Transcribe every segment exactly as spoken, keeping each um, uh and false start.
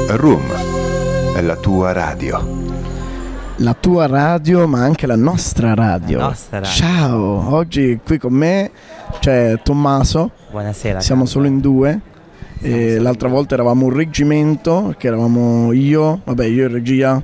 Room è la tua radio. La tua radio, ma anche la nostra radio. La nostra radio. Ciao, oggi qui con me c'è Tommaso. Buonasera. Siamo Carlo. solo in due. E l'altra volta eravamo un reggimento, che eravamo io, vabbè io in regia,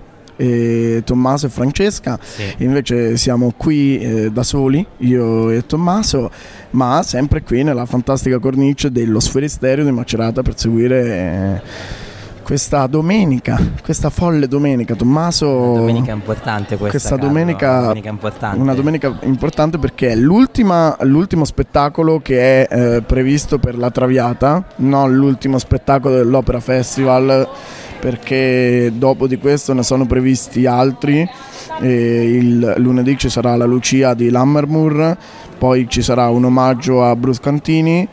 e Tommaso e Francesca. Sì. Invece siamo qui eh, da soli, io e Tommaso, ma sempre qui nella fantastica cornice dello Sferisterio di Macerata per seguire eh, questa domenica, questa folle domenica. Tommaso, Una domenica importante questa, questa Carlo, domenica, una domenica importante. una domenica importante perché è l'ultima, l'ultimo spettacolo che è eh, previsto per la Traviata, non l'ultimo spettacolo dell'Opera Festival, perché dopo di questo ne sono previsti altri. E il lunedì ci sarà la Lucia di Lammermoor, poi ci sarà un omaggio a Bruscantini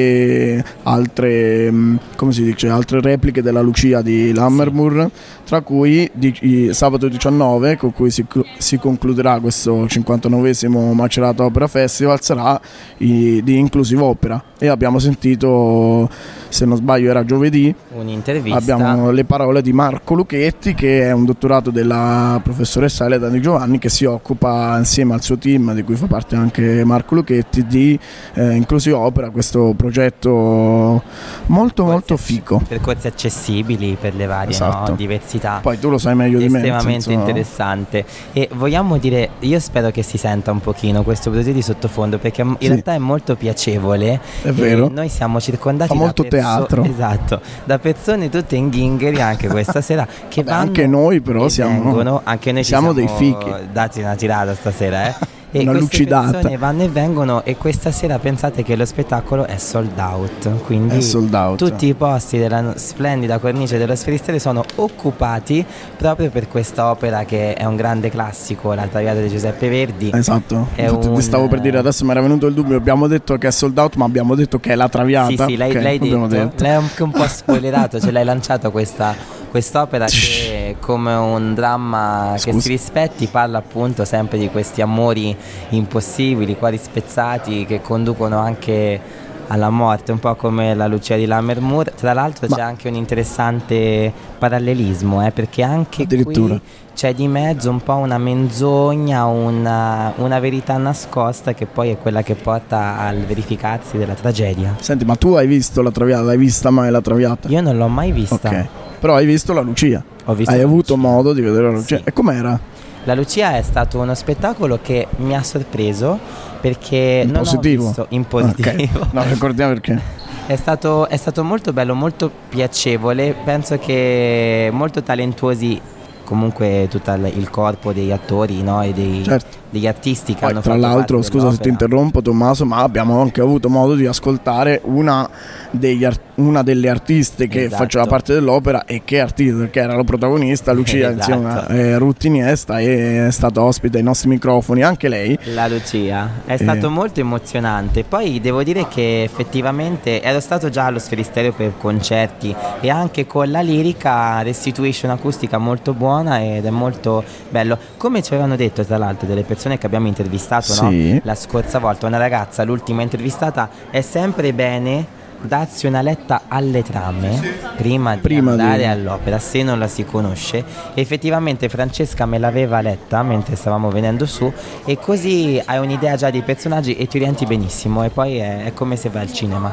e altre, come si dice, altre repliche della Lucia di Lammermoor, tra cui di, sabato diciannove, con cui si, si concluderà questo cinquantanovesimo Macerata Opera Festival, sarà i, di Inclusive Opera. E abbiamo sentito, se non sbaglio era giovedì, un'intervista. Abbiamo le parole di Marco Lucchetti, che è un dottorato della professoressa Elena Di Giovanni, che si occupa insieme al suo team, di cui fa parte anche Marco Lucchetti, di eh, Inclusive Opera, questo progetto molto Percorsi molto fico. Percorsi accessibili per le varie Esatto. no, diversità. Poi tu lo sai meglio di me. Estremamente interessante. E vogliamo dire, io spero che si senta un pochino questo brusio di sottofondo, perché in Sì. realtà è molto piacevole. È vero. E noi siamo circondati Fa da molto perso- teatro. Esatto, da persone tutte in ghingheri anche questa sera che Vabbè, vanno anche noi però e siamo- vengono, anche noi ci siamo dei siamo fichi. dati una tirata stasera, eh. E Una queste lucidata. persone vanno e vengono, e questa sera pensate che lo spettacolo è sold out, quindi È sold out. tutti i posti della splendida cornice dello Sferisterio sono occupati proprio per questa opera, che è un grande classico, la Traviata di Giuseppe Verdi. Esatto, È infatti un- ti stavo per dire, adesso mi era venuto il dubbio, abbiamo detto che è sold out, ma abbiamo detto che è la Traviata. Sì, sì, lei, Ok, lei abbiamo detto, detto. lei è anche un po' spoilerato, ce l'hai lanciato questa quest'opera che, come un dramma che Scusa. si rispetti, parla appunto sempre di questi amori impossibili, cuori spezzati, che conducono anche alla morte, un po' come la Lucia di Lammermoor. Tra l'altro Ma- c'è anche un interessante parallelismo, eh, perché anche Addirittura. qui c'è di mezzo un po' una menzogna, una, una verità nascosta, che poi è quella che porta al verificarsi della tragedia. Senti, ma tu hai visto la Traviata? L'hai vista mai la Traviata? Io non l'ho mai vista. Ok, però hai visto la Lucia. Ho visto Hai la avuto Lucia. modo di vedere la Lucia. Sì. E com'era? La Lucia è stato uno spettacolo che mi ha sorpreso, perché In non positivo? ho visto in positivo. Ok. No, ricordiamo perché. È stato, è stato molto bello, molto piacevole. Penso che molto talentuosi comunque tutto il il corpo degli attori, no? E dei, Certo. degli artisti che Poi, hanno tra fatto l'altro, parte scusa se ti dell'opera. interrompo Tommaso, ma abbiamo anche avuto modo di ascoltare una, degli ar- una delle artiste che Esatto. faceva parte dell'opera, e che artista, perché era la protagonista Lucia, Esatto. insieme a eh, Ruth Iniesta, e è stata ospite ai nostri microfoni anche lei. La Lucia è Eh. stato molto emozionante. Poi devo dire che effettivamente ero stato già allo Sferisterio per concerti, e anche con la lirica restituisce un'acustica molto buona ed è molto bello. Come ci avevano detto tra l'altro delle persone che abbiamo intervistato, Sì. no? La scorsa volta, una ragazza, l'ultima intervistata, è sempre bene darsi una letta alle trame prima di Prima di- andare all'opera, se non la si conosce. Effettivamente Francesca me l'aveva letta mentre stavamo venendo su, e così hai un'idea già dei personaggi e ti orienti benissimo, e poi è, è come se vai al cinema.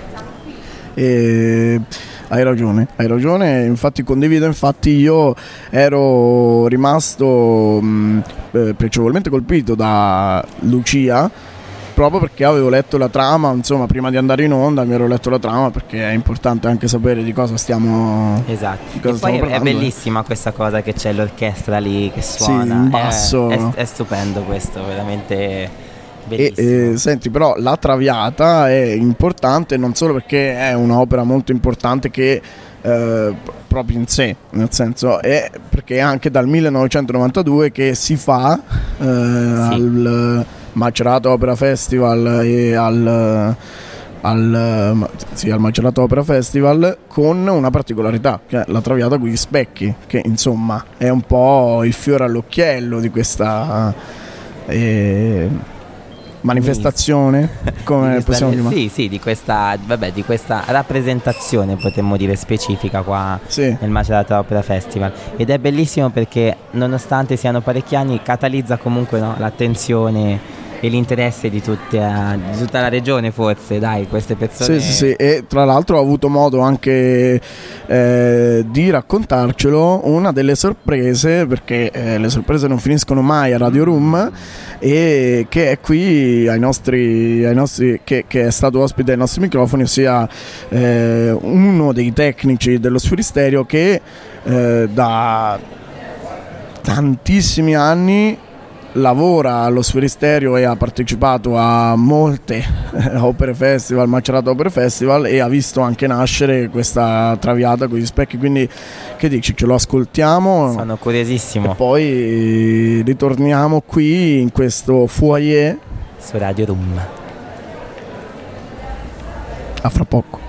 E hai ragione, hai ragione, infatti condivido, infatti io ero rimasto mh, eh, piacevolmente colpito da Lucia, proprio perché avevo letto la trama, insomma prima di andare in onda mi ero letto la trama, perché è importante anche sapere di cosa stiamo Esatto. di cosa E stiamo poi è parlando. bellissima questa cosa che c'è l'orchestra lì che suona, in basso. È, è, è stupendo questo, veramente E, bellissimo. eh, senti, però la Traviata è importante non solo perché è un'opera molto importante che eh, proprio in sé, nel senso è perché è anche dal millenovecentonovantadue che si fa eh, al Macerata Opera Festival e al al, sì, al Macerata Opera Festival, con una particolarità, che è la Traviata con gli specchi, che insomma è un po' il fiore all'occhiello di questa eh, manifestazione, come questa, possiamo chiamare? Sì, sì, di questa, vabbè, di questa rappresentazione, potremmo dire, specifica qua sì. nel Macerata Opera Festival. Ed è bellissimo perché, nonostante siano parecchi anni, catalizza comunque, no, l'attenzione e l'interesse di, tutte, di tutta la regione, forse, dai, queste persone. Sì, sì, sì, e tra l'altro ho avuto modo anche eh, di raccontarcelo, una delle sorprese, perché eh, le sorprese non finiscono mai a Radio Room, e che è qui ai nostri, ai nostri che, che è stato ospite ai nostri microfoni, ossia eh, uno dei tecnici dello Sferisterio che eh, da tantissimi anni lavora allo Sferisterio e ha partecipato a molte opere festival, Macerata Opere Festival, e ha visto anche nascere questa Traviata con gli specchi. Quindi che dici, ce lo ascoltiamo? Sono curiosissimo. E poi ritorniamo qui in questo foyer su Radio Room. A fra poco.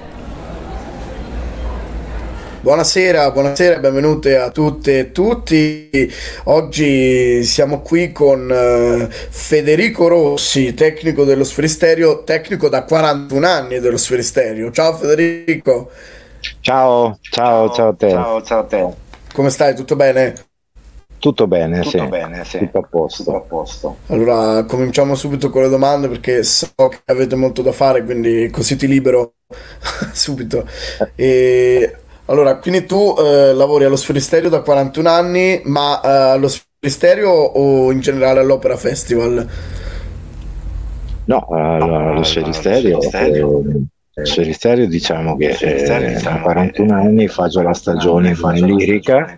Buonasera, buonasera, benvenute a tutte e tutti. Oggi siamo qui con uh, Federico Rossi, tecnico dello Sferisterio, tecnico da quarantuno anni dello Sferisterio. Ciao Federico. Ciao, ciao, ciao a te. Ciao, ciao a te. Come stai? Tutto bene? Tutto bene, Tutto sì. bene, sì. Tutto a posto. Tutto a posto. Allora, cominciamo subito con le domande, perché so che avete molto da fare, quindi così ti libero subito. E... Allora, quindi tu eh, lavori allo Sferisterio da quarantuno anni, ma eh, allo Sferisterio o in generale all'Opera Festival? No, allora, allo Sferisterio, eh, Sferisterio diciamo che eh, a quarantuno anni faccio la stagione in lirica,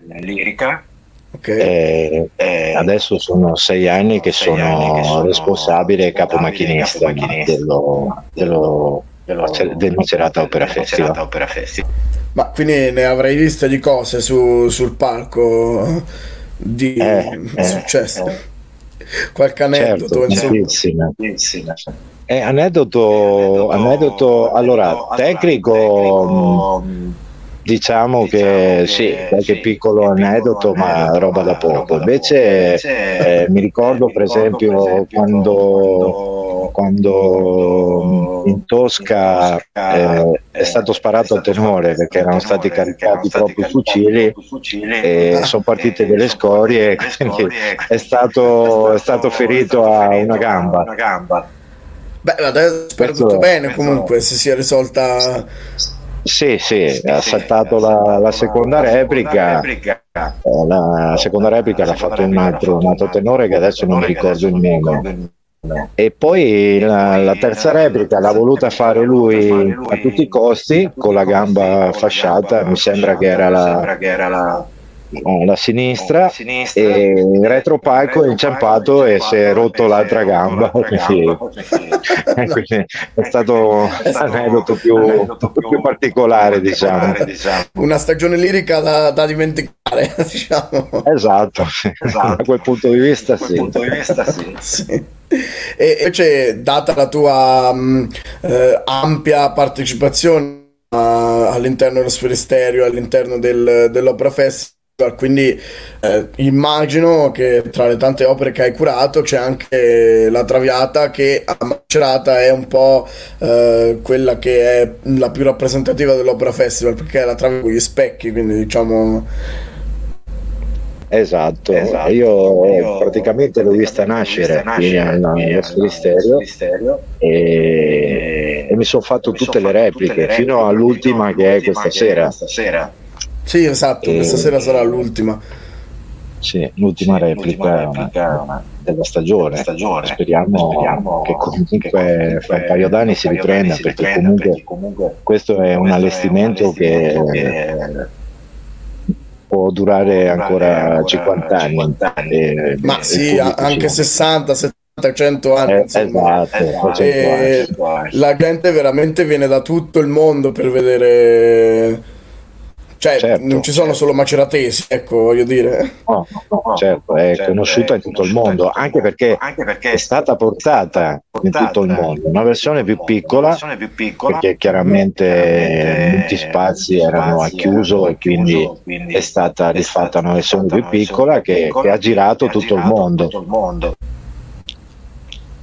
okay. E adesso sono sei anni che sono responsabile e capomachinista dello, dello, del Macerata Opera Festival. Ma quindi ne avrei viste di cose su, sul palco di eh, successo. Eh, Qualche aneddoto, certo, insomma. Eh, aneddoto, aneddoto, allora, tecnico, diciamo che sì, qualche piccolo aneddoto, ma roba da poco. Invece eh, mi ricordo per esempio quando quando in Tosca eh, è stato sparato al tenore perché erano stati caricati proprio i fucili e sono partite delle scorie, quindi è stato, è stato ferito a una gamba. Beh, adesso spero tutto bene comunque, si sia risolta. Sì, sì, ha saltato la, la seconda replica, la seconda replica l'ha fatto un altro, un altro tenore che adesso non mi ricordo il nome. E poi la, la terza replica l'ha voluta fare lui a tutti i costi con la gamba fasciata, mi sembra che era la, la sinistra, e il retropalco è inciampato e si è rotto l'altra gamba, quindi, quindi è stato l'aneddoto più, più particolare, diciamo. Una stagione lirica da, da dimenticare, diciamo. Esatto, esatto. Da quel punto di vista sì. Sì. E invece, data la tua mh, eh, ampia partecipazione uh, all'interno dello Sferisterio, all'interno del, dell'Opera Festival, quindi eh, immagino che tra le tante opere che hai curato c'è anche la Traviata, che a Macerata è un po' eh, quella che è la più rappresentativa dell'Opera Festival, perché è la Traviata con gli specchi, quindi diciamo... Esatto, esatto. Io, io praticamente l'ho vista nascere allo Sferisterio e, e mi sono fatto tutte le repliche fino all'ultima che è questa sera. Sì, esatto, e... questa sera sarà l'ultima. Sì, l'ultima sì, replica, replica della stagione. stagione. Speriamo, Speriamo che comunque, che comunque fra un paio d'anni si riprenda, si perché, riprenda comunque perché comunque questo è un allestimento, un allestimento che... che... può durare ancora cinquanta anni, e, ma e sì, anche sessanta, settanta, cento anni, eh, insomma. Esatto, e la gente veramente viene da tutto il mondo per vedere, cioè certo, non ci sono certo. solo maceratesi, ecco, voglio dire. No, no, no, certo, è certo, conosciuta è in tutto il mondo, anche perché, anche perché è stata portata, portata in tutto il mondo, una versione più piccola, versione più piccola perché chiaramente, chiaramente molti spazi erano a chiuso e quindi, quindi è stata rifatta una versione più piccola che, che ha girato tutto il mondo.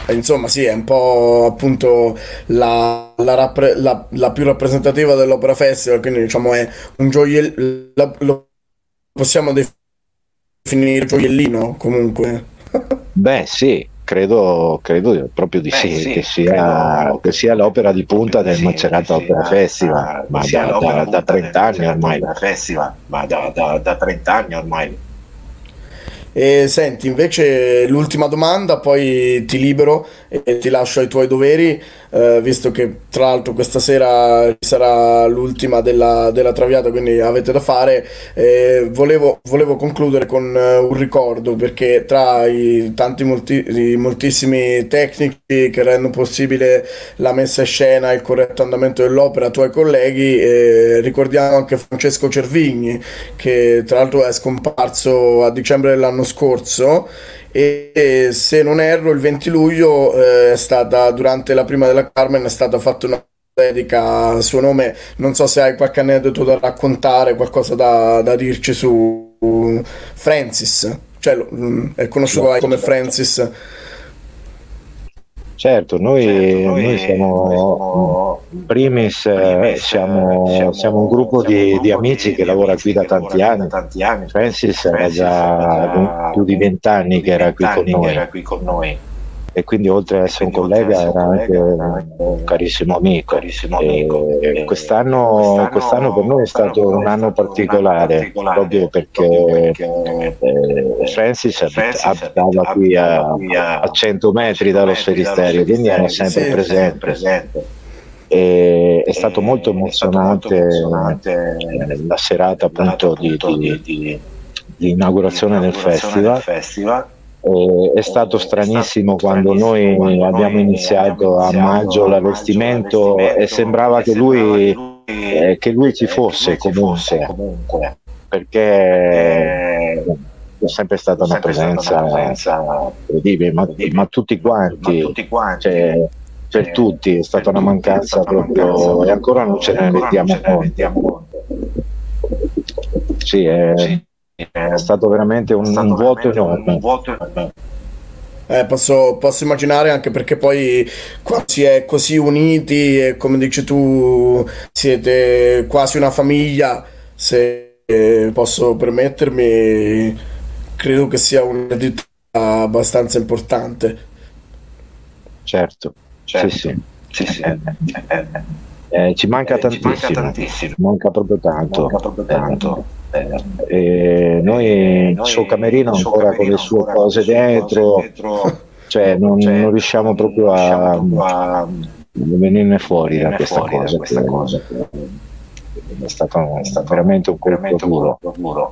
insomma sì, è un po' appunto la, la, rappre- la, la più rappresentativa dell'Opera Festival, quindi diciamo è un gioiellino, lo possiamo definire gioiellino comunque. Beh sì, credo, credo proprio di Beh, sì, sì, che sia, credo- che sia l'opera di punta del sì, Macerata che Opera sia- Festival, ma sia da, l'opera da, da punta trenta anni del ormai. Opera Festival, ma da, da, da trenta anni ormai. E senti, invece l'ultima domanda, poi ti libero e ti lascio ai tuoi doveri, eh, visto che tra l'altro questa sera ci sarà l'ultima della, della Traviata, quindi avete da fare. Eh, volevo, volevo concludere con eh, un ricordo, perché tra i tanti molti, i moltissimi tecnici che rendono possibile la messa in scena e il corretto andamento dell'opera, tuoi colleghi, eh, ricordiamo anche Francesco Cervigni, che tra l'altro è scomparso a dicembre dell'anno scorso, e, e se non erro il venti luglio eh, è stata, durante la prima della Carmen è stata fatta una dedica a suo nome. Non so se hai qualche aneddoto da raccontare, qualcosa da, da dirci su Francis, cioè lo- è conosciuto come Francis. Certo, noi, Certo, noi- noi siamo, in primis, eh, primis, siamo, siamo- siamo un gruppo siamo un di, gruppo di amici di- che di lavora amici qui da che tanti lavora qui anni. da tanti anni. Francis era Francis già era già più di vent'anni che era qui con vent'anni che noi, era qui con noi. e quindi oltre ad essere un Quindi, oltre collega ad era essere un anche collega, era anche un carissimo amico. carissimo E amico. E quest'anno, quest'anno- quest'anno per noi è quest'anno stato per noi un è anno stato un particolare, anno particolare, proprio perché, proprio perché, eh, Francis abit- Francis abitava qui a, abitava qui a- a cento metri dallo sferisterio, quindi era sempre Sì. presente. presente. E è stato molto È stato molto emozionante emozionante eh, la serata appunto di, appunto di- di- di inaugurazione del inaugurazione festival. del festival. E è stato stranissimo quando noi Quando abbiamo noi iniziato a abbiamo maggio iniziato a l'allestimento maggio e sembrava e che sembrava lui, che lui, eh, che lui ci eh, fosse che lui ci fosse comunque, comunque, perché perché è sempre stata una sempre stata presenza una presenza incredibile, ma, ma tutti quanti, ma tutti quanti, cioè, per eh, tutti è stata per una tutti è mancanza stata una proprio, mancanza e ancora non ce ne ancora non rendiamo ce ne conto. rendiamo conto. Sì, è, Sì, è stato veramente un, è stato un vuoto veramente un- enorme. un vuoto enorme. Eh, posso, posso immaginare, anche perché poi qua si è così uniti e come dici tu siete quasi una famiglia, se eh, posso permettermi, credo che sia un'eredità abbastanza importante. Certo, Certo. sì, sì. Sì, sì. Eh, Eh, eh, ci manca eh, ci tantissimo, manca tantissimo. manca proprio tanto. Manca proprio tanto. Eh, eh, noi Eh, il suo noi- camerino il suo ancora con camerino le sue ancora con cose le sue dentro, cose dentro, cioè non, cioè, non riusciamo proprio non riusciamo a, proprio a venirne fuori da venirne questa fuori da cosa. questa che- cosa. È stato, È stato veramente un colpo veramente un duro. colpo duro.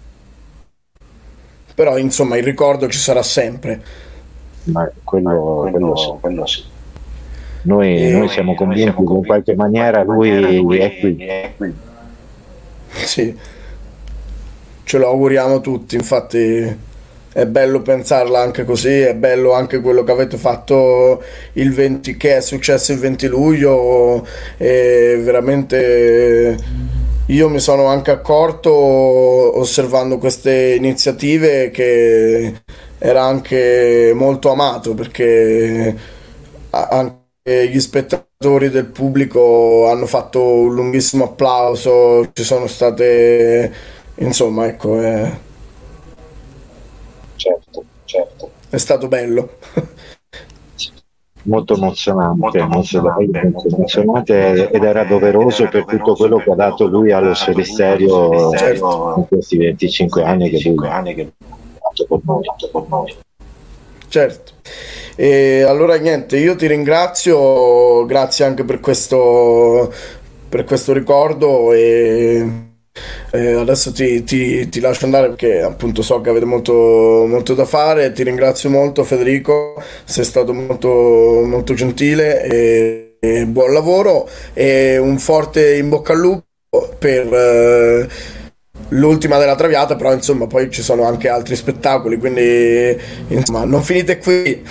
Però insomma il ricordo ci sarà sempre. Ma quello, quello sì. quello sì. Noi, E- noi siamo convinti che in qualche maniera lui è qui. è qui. Sì, ce lo auguriamo tutti, infatti è bello pensarla anche così, è bello anche quello che avete fatto il venti, che è successo il venti luglio, e veramente io mi sono anche accorto osservando queste iniziative che era anche molto amato, perché a- anche gli spettatori del pubblico hanno fatto un lunghissimo applauso, ci sono state, insomma, ecco, è, Certo, certo. è stato bello. Molto emozionante, Molto molto, emozionante, molto emozionante, ed era doveroso per tutto quello che ha dato lui allo Sferisterio in questi venticinque anni che lui ha fatto con noi. con noi. Certo. E allora niente, io ti ringrazio, grazie anche per questo, per questo ricordo, e eh, adesso ti, ti- ti lascio andare perché appunto so che avete molto, molto da fare. Ti ringrazio molto, Federico, sei stato molto, molto gentile, e, e buon lavoro, e un forte in bocca al lupo per eh, l'ultima della Traviata, però insomma poi ci sono anche altri spettacoli, quindi insomma non finite qui.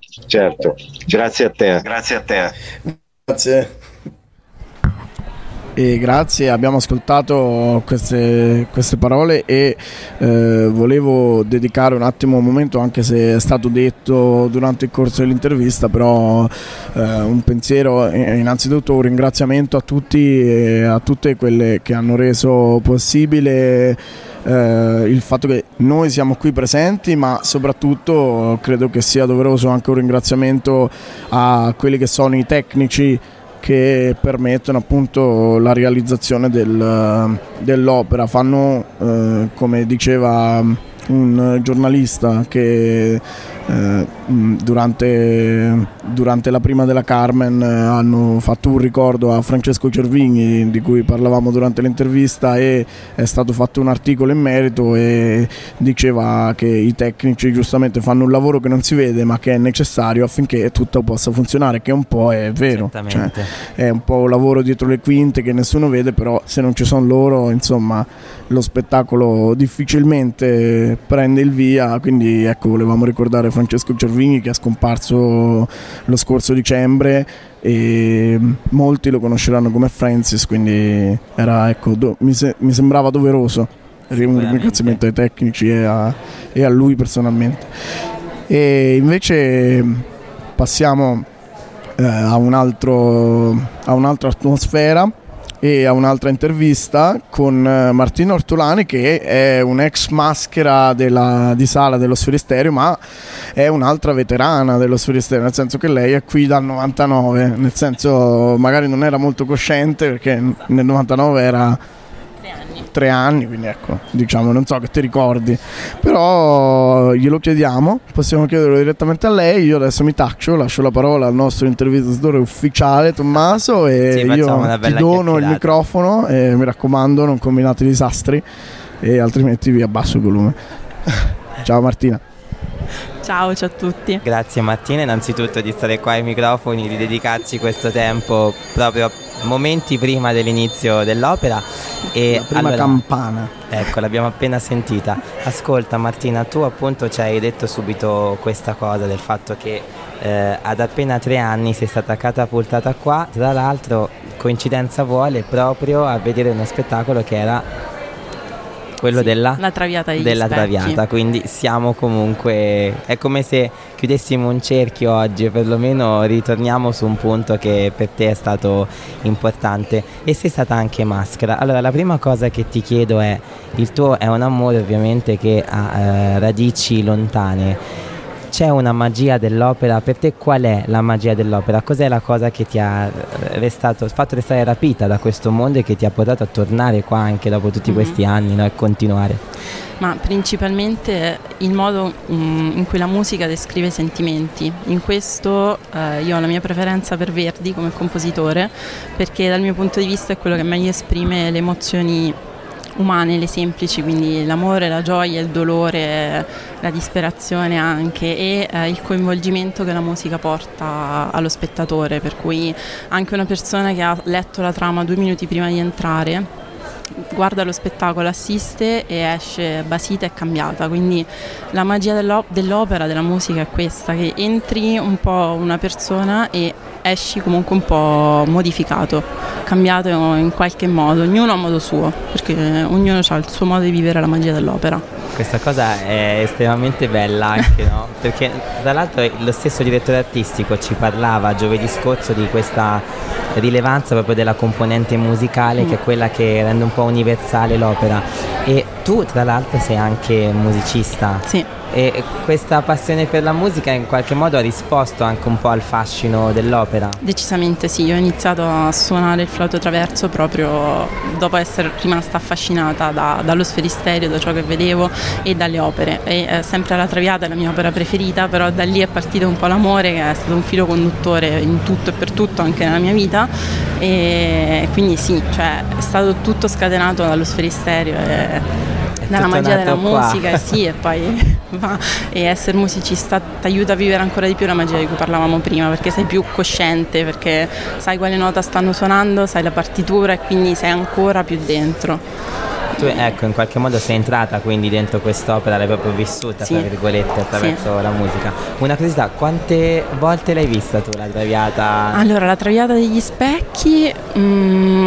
Certo, grazie a te. Grazie a te. Grazie. E grazie, abbiamo ascoltato queste, queste parole e eh, volevo dedicare un attimo un momento, anche se è stato detto durante il corso dell'intervista, però eh, un pensiero, eh, innanzitutto un ringraziamento a tutti e a tutte quelle che hanno reso possibile eh, il fatto che noi siamo qui presenti, ma soprattutto credo che sia doveroso anche un ringraziamento a quelli che sono i tecnici che permettono appunto la realizzazione del, dell'opera. Fanno, eh, come diceva un giornalista, che eh, durante, durante la prima della Carmen hanno fatto un ricordo a Francesco Cervini, di cui parlavamo durante l'intervista, e è stato fatto un articolo in merito e diceva che i tecnici giustamente fanno un lavoro che non si vede ma che è necessario affinché tutto possa funzionare, che un po' è vero, cioè, è un po' un lavoro dietro le quinte che nessuno vede, però se non ci sono loro, insomma, lo spettacolo difficilmente prende il via. Quindi ecco, volevamo ricordare Francesco Cervini, che è scomparso lo scorso dicembre e molti lo conosceranno come Francis, quindi era, ecco, do, mi, se, mi sembrava doveroso un ringraziamento ai tecnici e a, e a lui personalmente. E invece passiamo eh, a, un altro, a un'altra atmosfera e a un'altra intervista con Martina Ortolani, che è un ex maschera della, di sala dello Sferisterio, ma è un'altra veterana dello Sferisterio, nel senso che lei è qui dal novantanove, nel senso magari non era molto cosciente perché nel novantanove era tre anni, quindi ecco, diciamo, non so che ti ricordi, però glielo chiediamo, possiamo chiederlo direttamente a lei. Io adesso mi taccio, lascio la parola al nostro intervistatore ufficiale Tommaso e sì, io ti dono il microfono e mi raccomando non combinate disastri e altrimenti vi abbasso il volume. Ciao Martina. Ciao, ciao a tutti. Grazie Martina innanzitutto di stare qua ai microfoni, di dedicarci questo tempo proprio momenti prima dell'inizio dell'opera. E la prima allora, campana. Ecco, l'abbiamo appena sentita. Ascolta Martina, tu appunto ci hai detto subito questa cosa del fatto che eh, ad appena tre anni sei stata catapultata qua, tra l'altro coincidenza vuole proprio a vedere uno spettacolo che era quello sì, della, la traviata degli della specchi. traviata, quindi siamo comunque, è come se chiudessimo un cerchio oggi, perlomeno ritorniamo su un punto che per te è stato importante e sei stata anche maschera. Allora la prima cosa che ti chiedo è, il tuo è un amore ovviamente che ha eh, radici lontane. C'è una magia dell'opera, per te qual è la magia dell'opera? Cos'è la cosa che ti ha restato, fatto restare rapita da questo mondo e che ti ha portato a tornare qua anche dopo tutti mm-hmm. questi anni, no? E continuare? Ma principalmente il modo um, in cui la musica descrive i sentimenti. In questo eh, io ho la mia preferenza per Verdi come compositore, perché dal mio punto di vista è quello che meglio esprime le emozioni umane, le semplici, quindi l'amore, la gioia, il dolore, la disperazione anche, e eh, il coinvolgimento che la musica porta allo spettatore, per cui anche una persona che ha letto la trama due minuti prima di entrare guarda lo spettacolo, assiste e esce basita e cambiata. Quindi la magia dell'op- dell'opera, della musica è questa, che entri un po' una persona e esci comunque un po' modificato, cambiato in qualche modo, ognuno a modo suo, perché ognuno ha il suo modo di vivere la magia dell'opera. Questa cosa è estremamente bella anche, no? Perché tra l'altro lo stesso direttore artistico ci parlava giovedì scorso di questa rilevanza proprio della componente musicale mm. che è quella che rende un po' universale l'opera, e tu tra l'altro sei anche musicista. Sì. E questa passione per la musica in qualche modo ha risposto anche un po' al fascino dell'opera? Decisamente sì, io ho iniziato a suonare il flauto traverso proprio dopo essere rimasta affascinata da, dallo Sferisterio, da ciò che vedevo e dalle opere. E eh, sempre la Traviata è la mia opera preferita, però da lì è partito un po' l'amore, che è stato un filo conduttore in tutto e per tutto anche nella mia vita, e quindi sì, cioè è stato tutto scatenato dallo Sferisterio e dalla magia della musica e sì, e poi va, e essere musicista ti aiuta a vivere ancora di più la magia di cui parlavamo prima, perché sei più cosciente, perché sai quale nota stanno suonando, sai la partitura e quindi sei ancora più dentro. Tu ecco, in qualche modo sei entrata quindi dentro quest'opera, l'hai proprio vissuta, sì, tra virgolette, attraverso sì. la musica. Una curiosità, quante volte l'hai vista tu la Traviata? Allora, la Traviata degli Specchi mh,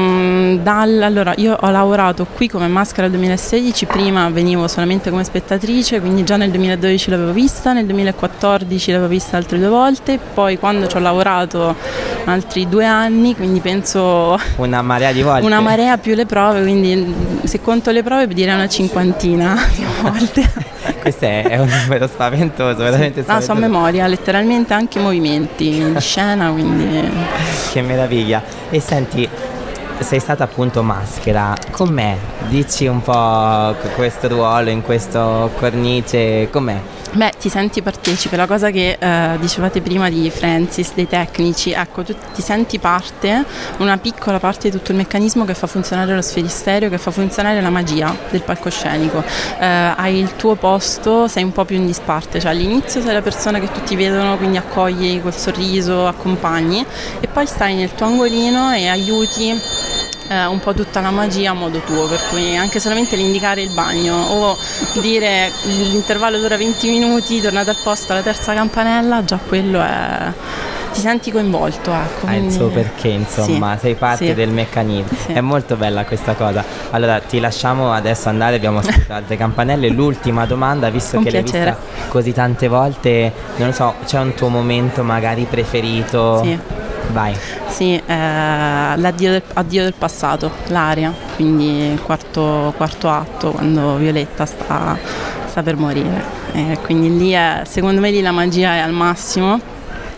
Mm, dal, allora, io ho lavorato qui come Maschera nel duemilasedici, prima venivo solamente come spettatrice, quindi già nel duemiladodici l'avevo vista, nel duemilaquattordici l'avevo vista altre due volte, poi quando ci ho lavorato altri due anni, quindi penso una marea di volte. Una marea più le prove, quindi se conto le prove direi una cinquantina di volte. Questo è, è un numero spaventoso, veramente spaventoso. Ah, so a memoria, letteralmente anche i movimenti di scena, quindi... Che meraviglia. E senti, sei stata appunto Maschera, com'è? Dici un po' questo ruolo in questo cornice, com'è? Beh, ti senti partecipe, la cosa che eh, dicevate prima di Francis, dei tecnici, ecco, tu ti senti parte, una piccola parte di tutto il meccanismo che fa funzionare lo sferistereo, che fa funzionare la magia del palcoscenico. Eh, hai il tuo posto, sei un po' più in disparte, cioè all'inizio sei la persona che tutti vedono, quindi accogli col sorriso, accompagni, e poi stai nel tuo angolino e aiuti Eh, un po' tutta la magia a modo tuo, per cui anche solamente l'indicare il bagno o dire l'intervallo dura venti minuti, tornate al posto alla terza campanella, già quello è... ti senti coinvolto, ecco. Ha il suo perché, insomma, sì, sei parte sì, del meccanismo. Sì. È molto bella questa cosa. Allora ti lasciamo adesso andare, abbiamo ascoltato altre campanelle. L'ultima domanda, visto Con che piacere. l'hai vista così tante volte, non lo so, c'è un tuo momento magari preferito? Sì. Vai. Sì, eh, l'addio del, addio del passato, l'aria, quindi il quarto, quarto atto, quando Violetta sta, sta per morire. Eh, quindi lì è, secondo me lì la magia è al massimo.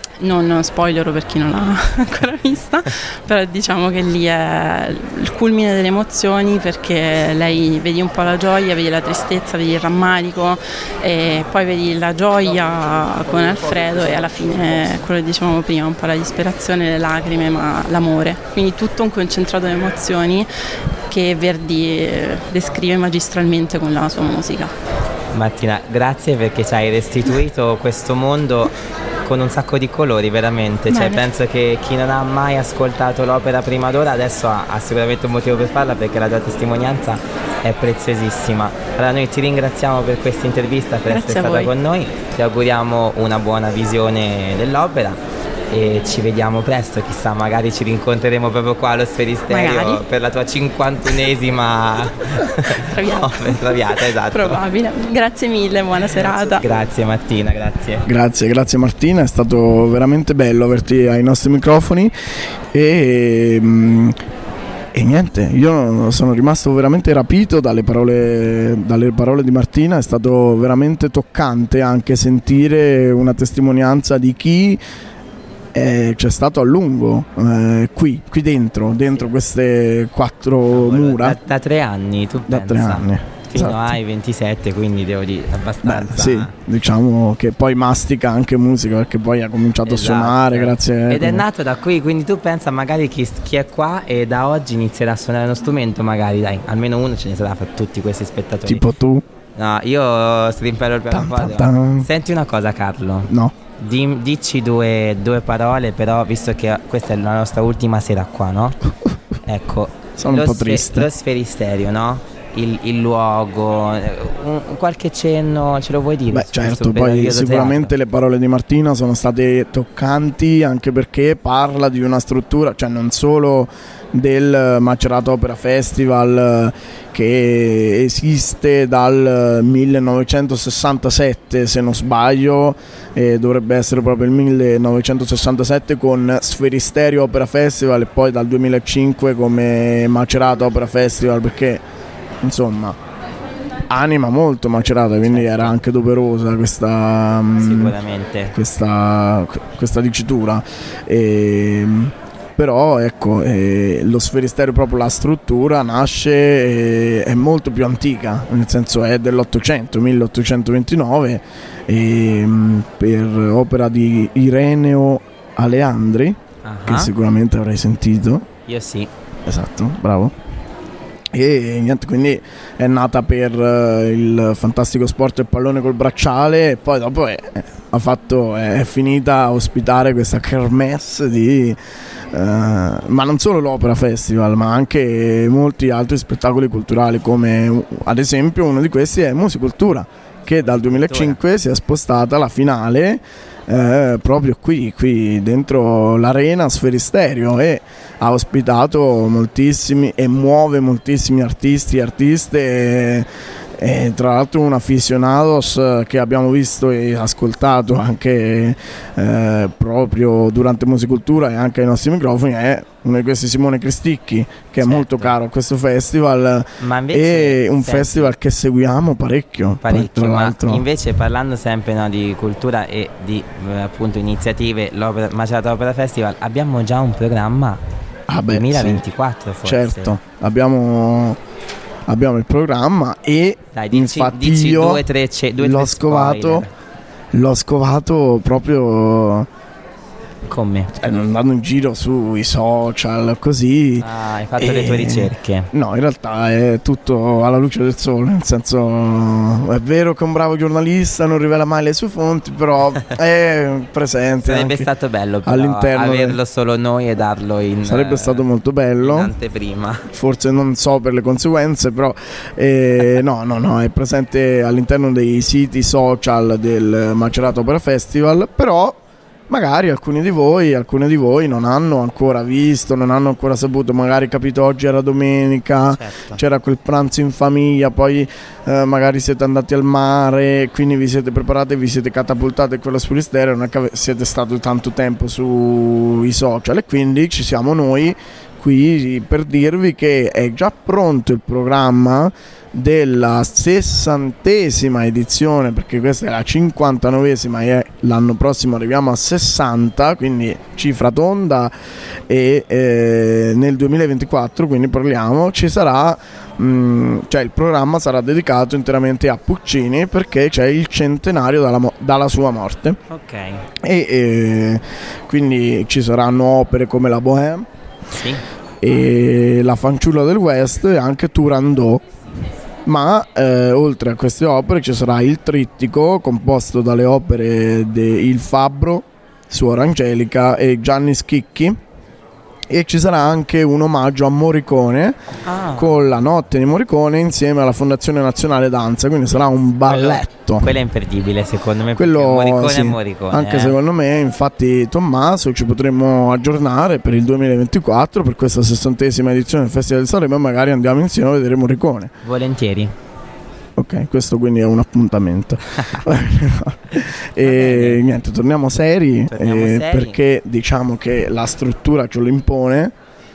Non spoilerò per chi non l'ha ancora vista, però diciamo che lì è il culmine delle emozioni, perché lei vedi un po' la gioia, vedi la tristezza, vedi il rammarico e poi vedi la gioia con Alfredo e alla fine quello che dicevamo prima, un po' la disperazione, le lacrime, ma l'amore. Quindi tutto un concentrato di emozioni che Verdi descrive magistralmente con la sua musica. Martina, grazie perché ci hai restituito questo mondo con un sacco di colori, veramente. Cioè, penso che chi non ha mai ascoltato l'opera prima d'ora adesso ha, ha sicuramente un motivo per farla, perché la tua testimonianza è preziosissima. Allora noi ti ringraziamo per questa intervista, per Grazie essere stata con noi, ti auguriamo una buona visione dell'opera e ci vediamo presto, chissà, magari ci rincontreremo proprio qua allo Sferistereo magari. Per la tua cinquantunesima Traviata. Traviata, esatto. Probabile. Grazie mille, buona serata. Grazie Martina, grazie. Grazie, grazie Martina, è stato veramente bello averti ai nostri microfoni e, e niente, io sono rimasto veramente rapito dalle parole, dalle parole di Martina. È stato veramente toccante anche sentire una testimonianza di chi Eh, c'è stato a lungo eh, qui, qui dentro, dentro queste quattro mura. Da, da tre anni, tu da pensa? tre anni. Fino Esatto. ai ventisette, quindi devo dire abbastanza. Beh, sì, diciamo che poi mastica anche musica, perché poi ha cominciato Esatto. a suonare grazie. Ed è nato da qui, quindi tu pensa magari chi, chi è qua e da oggi inizierà a suonare uno strumento, magari dai, almeno uno ce ne sarà fra tutti questi spettatori. Tipo tu? No, io strimpello il pianoforte. Senti una cosa, Carlo. No. Di, dici due, due parole, però, visto che questa è la nostra ultima sera qua, no? Ecco, sono un po' triste. Lo Sferistereo, no? Il, il luogo, un, qualche cenno ce lo vuoi dire? Beh, certo, poi sicuramente le parole di Martina sono state toccanti, anche perché parla di una struttura, cioè non solo del Macerato Opera Festival che esiste dal millenovecentosessantasette, se non sbaglio, e dovrebbe essere proprio il millenovecentosessantasette con Sferistereo Opera Festival, e poi dal duemilacinque come Macerato Opera Festival, perché insomma anima molto Macerata, quindi certo, era anche doverosa questa sicuramente questa, questa dicitura. E però ecco, eh, lo Sferistereo, proprio la struttura nasce, eh, è molto più antica, nel senso è dell'Ottocento, milleottocentoventinove, eh, per opera di Ireneo Aleandri, uh-huh, che sicuramente avrai sentito. Io sì. Esatto, bravo. E niente, quindi è nata per uh, il fantastico sport del pallone col bracciale, e poi dopo è, ha fatto, è, è finita a ospitare questa kermesse di uh, ma non solo l'Opera Festival, ma anche molti altri spettacoli culturali, come ad esempio uno di questi è Musicultura, che dal duemilacinque si è spostata la finale eh, proprio qui, qui dentro l'arena Sferisterio, e ha ospitato moltissimi e muove moltissimi artisti e artiste, e, e tra l'altro un aficionados che abbiamo visto e ascoltato anche eh, proprio durante Musicultura e anche ai nostri microfoni è uno di questi, Simone Cristicchi, che è certo. molto caro a questo festival. Ma invece, e un senti, festival che seguiamo parecchio, parecchio, tra ma l'altro. invece parlando sempre, no, di cultura e di eh, appunto iniziative, l'Opera, Macerata Opera Festival, abbiamo già un programma Ah beh, duemilaventiquattro, sì, forse. certo, abbiamo, abbiamo il programma, e Dai, dici, infatti dici io due, tre, ce- due, l'ho tre scovato spoiler. l'ho scovato proprio Come? eh, andando in giro sui social così. Ah, hai fatto le tue ricerche. No, in realtà è tutto alla luce del sole, nel senso, è vero che un bravo giornalista non rivela mai le sue fonti, però è presente. Sarebbe anche stato bello però all'interno averlo del- solo noi e darlo in Sarebbe eh, stato molto in bello. anteprima. Forse non so per le conseguenze, però eh, no, no, no, è presente all'interno dei siti social del Macerata Opera Festival, però magari alcuni di voi, alcune di voi non hanno ancora visto, non hanno ancora saputo, magari capito, oggi era domenica, Certo. c'era quel pranzo in famiglia, poi eh, magari siete andati al mare, quindi vi siete preparati, vi siete catapultati in quello Sferisterio, non è che ave- siete stati tanto tempo sui social, e quindi ci siamo noi qui per dirvi che è già pronto il programma della sessantesima edizione, perché questa è la cinquantanovesima e l'anno prossimo arriviamo a sessanta, quindi cifra tonda, e eh, nel duemilaventiquattro, quindi parliamo, ci sarà mh, cioè il programma sarà dedicato interamente a Puccini, perché c'è il centenario dalla, mo- dalla sua morte, Ok. e eh, quindi ci saranno opere come la Bohème Sì. e la Fanciulla del West e anche Turandot. Ma eh, oltre a queste opere ci sarà il trittico composto dalle opere di Il Fabbro, Suor Angelica e Gianni Schicchi, e ci sarà anche un omaggio a Morricone Ah. con la notte di Morricone insieme alla Fondazione Nazionale Danza, quindi sarà un balletto. Quello è imperdibile secondo me, Quello, perché Morricone sì, è Morricone. anche eh. secondo me, infatti Tommaso, ci potremmo aggiornare per il duemilaventiquattro, per questa sessantesima edizione del Festival di Sanremo, e magari andiamo insieme a vedere Morricone. Volentieri. Ok, questo quindi è un appuntamento. E niente, torniamo seri, Torniamo eh, seri. perché diciamo che la struttura ce lo impone,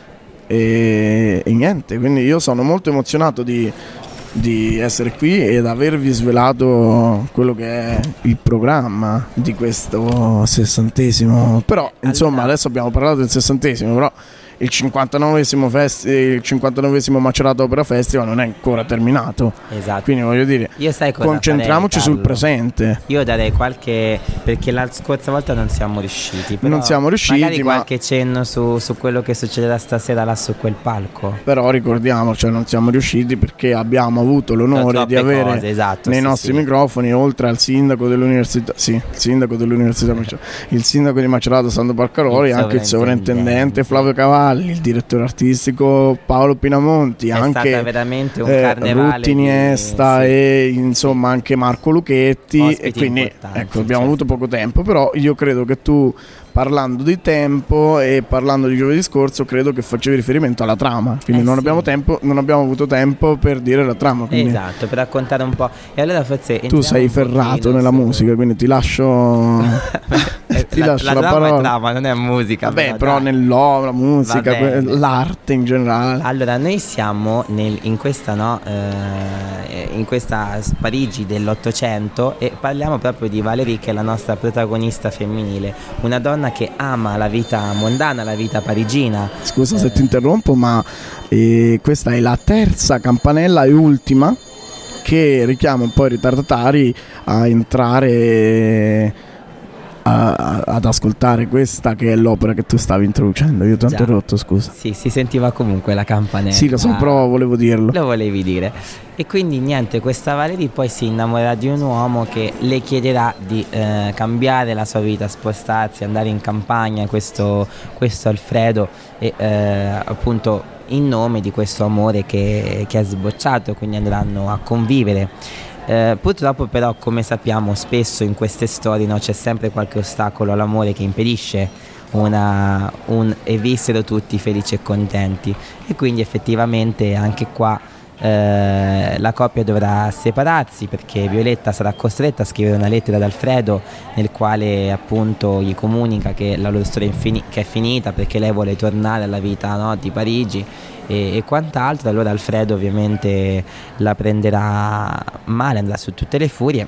e, e niente, quindi io sono molto emozionato di, di essere qui ed avervi svelato quello che è il programma di questo sessantesimo. Però insomma, Allora- adesso abbiamo parlato del sessantesimo, però il cinquantanovesimo, festi- il cinquantanovesimo Macerata Opera Festival non è ancora terminato, Esatto. quindi voglio dire, Io sai cosa concentriamoci farei, sul Carlo? presente. Io darei qualche, perché la scorsa volta non siamo riusciti, però Non siamo riusciti, magari ma- qualche cenno su, su quello che succederà stasera là su quel palco. Però ricordiamo, cioè non siamo riusciti perché abbiamo avuto l'onore Troppe di avere cose, esatto, nei sì, nostri sì. microfoni, oltre al sindaco dell'università, sì, il sindaco dell'università, il sindaco di Macerata Sandro Barcaroli, Il anche il sovrintendente. sovrintendente Flavio Cavalli, il direttore artistico Paolo Pinamonti, È anche stata veramente un eh, carnevale Rutti Iniesta di- sì. e insomma anche Marco Lucchetti, Ospiti e quindi importanti, ecco, abbiamo certo. avuto poco tempo, però io credo che tu, parlando di tempo e parlando di giovedì scorso, credo che facevi riferimento alla trama, quindi Eh non sì. abbiamo tempo, non abbiamo avuto tempo per dire la trama, quindi Esatto, per raccontare un po'. E allora forse tu entriamo sei un ferrato pochino nella su- musica, quindi ti lascio ti la, lascio la la, trama parola. è trama, non è musica. Vabbè, però dai. nell'opera, la musica, Va bene. que- l'arte in generale. Allora, noi siamo nel- in questa no, eh, in questa Parigi dell'Ottocento, e parliamo proprio di Valérie, che è la nostra protagonista femminile, una donna che ama la vita mondana, la vita parigina. Scusa se ti interrompo, ma eh, questa è la terza campanella e ultima che richiama un po' i ritardatari a entrare a- a- ad ascoltare questa che è l'opera che tu stavi introducendo. Io ti ho Già. interrotto, scusa. Sì, si sentiva comunque la campanella. Sì, lo so, però volevo dirlo. Lo volevi dire. E quindi niente, questa Valerie poi si innamorerà di un uomo che le chiederà di eh, cambiare la sua vita, spostarsi, andare in campagna, questo, questo Alfredo, e eh, appunto in nome di questo amore che, che è sbocciato, quindi andranno a convivere. Eh, purtroppo però, come sappiamo, spesso in queste storie, no, c'è sempre qualche ostacolo all'amore che impedisce una, un e vissero tutti felici e contenti, e quindi effettivamente anche qua eh, la coppia dovrà separarsi, perché Violetta sarà costretta a scrivere una lettera ad Alfredo nel quale appunto gli comunica che la loro storia è, infini- che è finita, perché lei vuole tornare alla vita, no, di Parigi e, e quant'altro. Allora Alfredo ovviamente la prenderà male, andrà su tutte le furie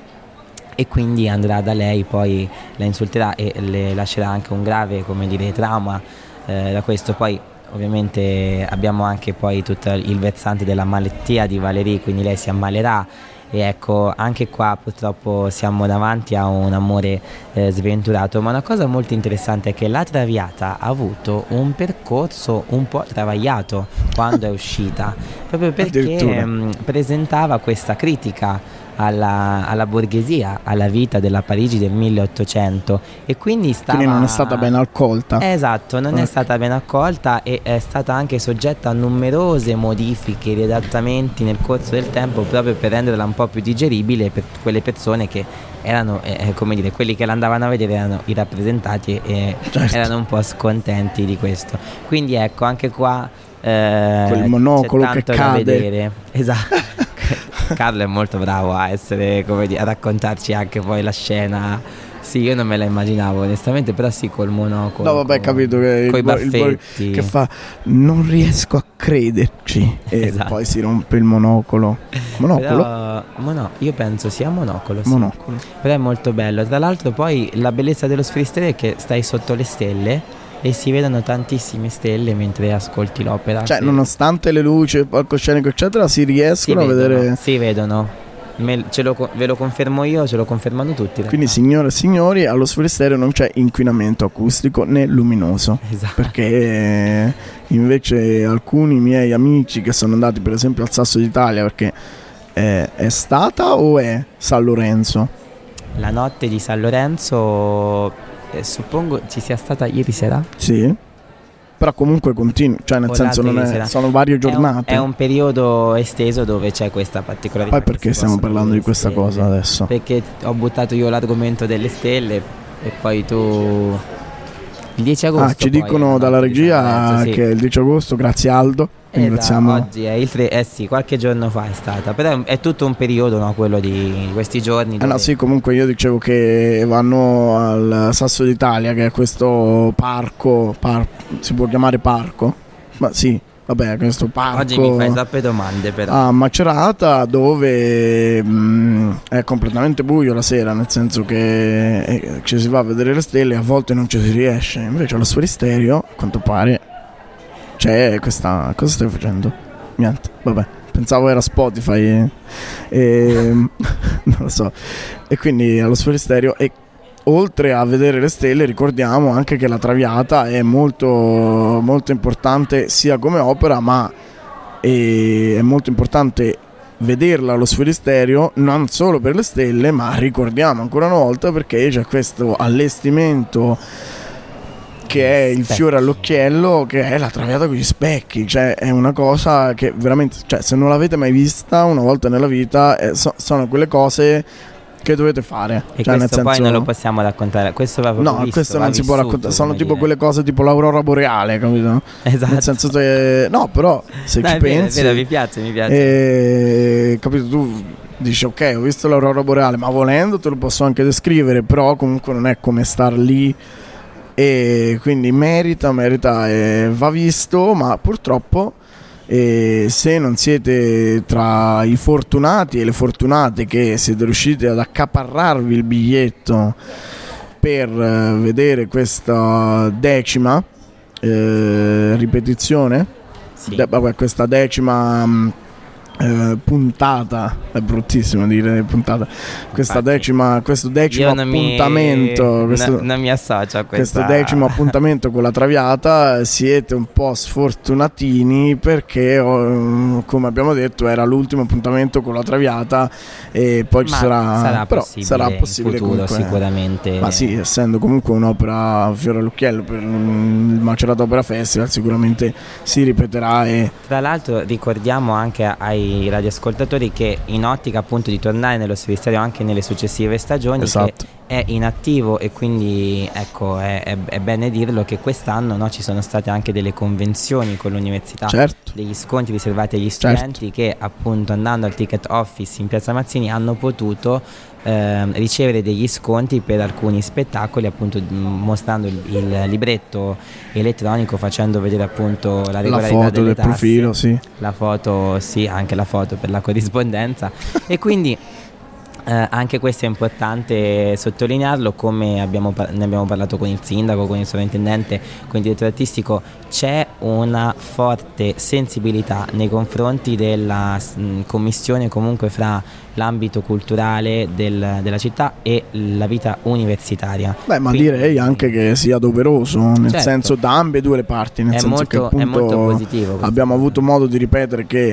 e quindi andrà da lei, poi la insulterà e le lascerà anche un grave, come dire, trauma eh, da questo. Poi ovviamente abbiamo anche poi tutto il versante della malattia di Valérie, quindi lei si ammalerà, e ecco, anche qua purtroppo siamo davanti a un amore eh, sventurato. Ma una cosa molto interessante è che La Traviata ha avuto un percorso un po' travagliato quando è uscita, proprio perché mh, presentava questa critica alla, alla borghesia, alla vita della Parigi del milleottocento, e quindi stava... Quindi non è stata ben accolta. Esatto, non okay. è stata ben accolta, e è stata anche soggetta a numerose modifiche, riadattamenti nel corso del tempo, proprio per renderla un po' più digeribile per quelle persone che erano, eh, come dire, quelli che l'andavano a vedere erano i rappresentati e certo. erano un po' scontenti di questo. Quindi ecco, anche qua eh, quel monocolo c'è tanto che da cade. vedere. Esatto. Carlo è molto bravo a essere, come dire, a raccontarci anche poi la scena. Sì, io non me la immaginavo onestamente, però sì, col monocolo. No, vabbè, capito che coi il, bo- il baffetti bo- che fa non riesco a crederci e esatto. poi si rompe il monocolo. Monocolo? Però, mono, io penso sia monocolo, sì. Monocolo. Però è molto bello. Tra l'altro poi la bellezza dello Sferisterio è che stai sotto le stelle e si vedono tantissime stelle mentre ascolti l'opera. Cioè, sì. nonostante le luci, il palcoscenico eccetera, si riescono si a vedono, vedere. Si vedono. Me, ce lo, ve lo confermo io, ce lo confermano tutti. Quindi signore e signori, allo Sferisterio non c'è inquinamento acustico né luminoso. Esatto. Perché invece alcuni miei amici che sono andati per esempio al Sasso d'Italia, perché è, è stata o è San Lorenzo? La notte di San Lorenzo eh, suppongo ci sia stata ieri sera. Sì. Però comunque continua, cioè nel O senso non è, sono varie giornate. È un, è un periodo esteso dove c'è questa particolarità. Poi perché stiamo parlando di questa stelle. cosa adesso? Perché ho buttato io l'argomento delle stelle e poi tu il dieci agosto. Ah, ci dicono dalla regia sì. che il dieci agosto, grazie Aldo. Esatto, oggi è il tre, eh sì, qualche giorno fa è stata, però è tutto un periodo, no, quello di questi giorni. Eh no, sì, comunque io dicevo che vanno al Sasso d'Italia, che è questo parco, par- si può chiamare parco? Ma sì, vabbè, questo parco. Oggi mi fai troppe domande però. A Macerata, dove mh, è completamente buio la sera, nel senso che eh, ci si va a vedere le stelle e a volte non ci si riesce. Invece allo Sferisterio, a quanto pare, c'è questa... Cosa stai facendo? Niente, vabbè, pensavo era Spotify e, e non lo so. E quindi allo Sferisterio, e oltre a vedere le stelle ricordiamo anche che La Traviata è molto molto importante sia come opera, ma è molto importante vederla allo Sferisterio non solo per le stelle, ma ricordiamo ancora una volta perché c'è questo allestimento che è il fiore all'occhiello, che è La Traviata con gli specchi. Cioè è una cosa che veramente, cioè se non l'avete mai vista una volta nella vita, eh, so, sono quelle cose che dovete fare. E cioè, questo nel senso, poi non lo possiamo raccontare. Questo va proprio no, visto, questo va non si può vissuto, raccontare. Sono tipo dire. quelle cose tipo l'aurora boreale, capito? Esatto. Nel senso che, no, però se no, ci è vero, pensi, è vero, mi piace, mi piace. E, capito, tu dici ok, ho visto l'aurora boreale, ma volendo te lo posso anche descrivere, però comunque non è come star lì. E quindi merita, merita e va visto, ma purtroppo eh, se non siete tra i fortunati e le fortunate che siete riusciti ad accaparrarvi il biglietto per eh, vedere questa decima eh, ripetizione, Sì. de- vabbè, questa decima mh, eh, puntata, è bruttissimo dire puntata, questa Infatti, decima, questo decimo io non appuntamento, mi, questo, no, non mi associo a questa. questo decimo appuntamento con La Traviata, siete un po' sfortunatini perché oh, come abbiamo detto era l'ultimo appuntamento con La Traviata e poi Ma ci sarà, sarà però possibile sarà possibile in futuro, comunque, sicuramente. ma sì, essendo comunque un'opera fiore all'occhiello per il Macerata Opera Festival, sicuramente si ripeterà. E tra l'altro ricordiamo anche ai i radioascoltatori che in ottica appunto di tornare nello Sferisterio anche nelle successive stagioni, esatto, che è in attivo, e quindi ecco è, è, è bene dirlo che quest'anno, no, ci sono state anche delle convenzioni con l'università, certo, degli sconti riservati agli studenti, certo, che appunto andando al ticket office in Piazza Mazzini hanno potuto eh, ricevere degli sconti per alcuni spettacoli, appunto mostrando il, il libretto elettronico, facendo vedere appunto la regolarità la foto delle del tasse, profilo, sì, la foto, sì, anche la foto per la corrispondenza e quindi Eh, anche questo è importante sottolinearlo, come abbiamo, ne abbiamo parlato con il sindaco, con il sovrintendente, con il direttore artistico. C'è una forte sensibilità nei confronti della mh, commissione comunque fra l'ambito culturale del, della città e la vita universitaria. Beh, ma Quindi, direi anche che sia doveroso, nel certo, senso da ambedue le parti, nel è senso molto, che appunto è molto positivo. Abbiamo avuto modo di ripetere che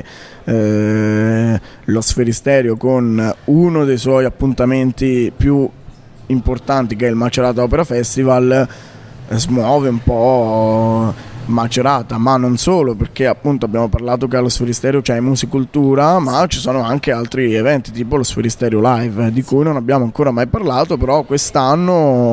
eh, lo Sferisterio, con uno dei suoi appuntamenti più importanti, che è il Macerata Opera Festival, eh, smuove un po' Macerata, ma non solo, perché appunto abbiamo parlato che allo Sferisterio c'è musicultura, ma ci sono anche altri eventi tipo lo Sferisterio Live, di cui non abbiamo ancora mai parlato, però quest'anno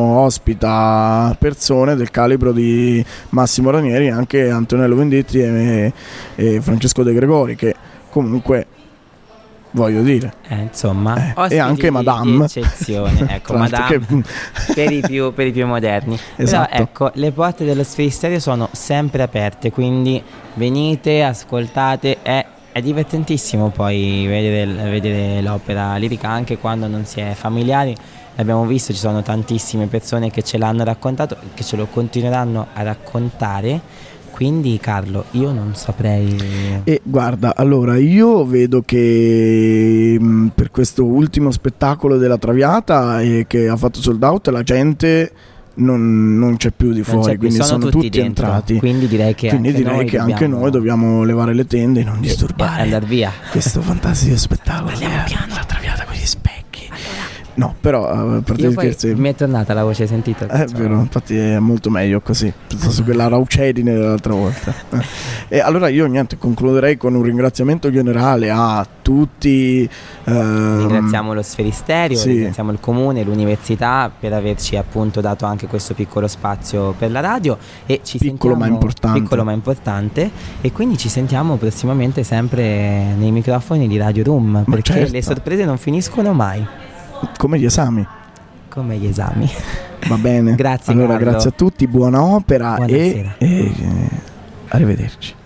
ospita persone del calibro di Massimo Ranieri, anche Antonello Venditti e, e Francesco De Gregori, che comunque voglio dire, eh, insomma, eh, e anche di, Madame di eccezione, ecco, Madame che... per, i più, per i più moderni. Esatto. Però ecco, le porte dello Sferisterio sono sempre aperte, quindi venite, ascoltate, è, è divertentissimo poi vedere, vedere l'opera lirica anche quando non si è familiari. L'abbiamo visto, ci sono tantissime persone che ce l'hanno raccontato, che ce lo continueranno a raccontare. Quindi Carlo, io non saprei. E guarda, allora io vedo che mh, per questo ultimo spettacolo della Traviata eh, che ha fatto sold out, la gente non, non c'è più di fuori, quindi sono, sono tutti, tutti entrati. Quindi direi che, quindi anche, direi noi che dobbiamo... anche noi dobbiamo levare le tende e non disturbare e andare via questo fantastico spettacolo della Traviata con gli specchi. No, però a parte gli scherzi, mi è tornata la voce, sentita? È vero, infatti è molto meglio così, piuttosto che la raucedine dell'altra volta. E allora io niente, concluderei con un ringraziamento generale a tutti. Ehm, ringraziamo lo Sferisterio, sì, ringraziamo il comune, l'università per averci appunto dato anche questo piccolo spazio per la radio, e ci piccolo sentiamo, ma importante. piccolo ma importante e quindi ci sentiamo prossimamente sempre nei microfoni di Radio Room, ma perché certo, le sorprese non finiscono mai. Come gli esami. Come gli esami. Va bene. Grazie. Allora, Carlo. grazie a tutti, buona opera e, e, e arrivederci.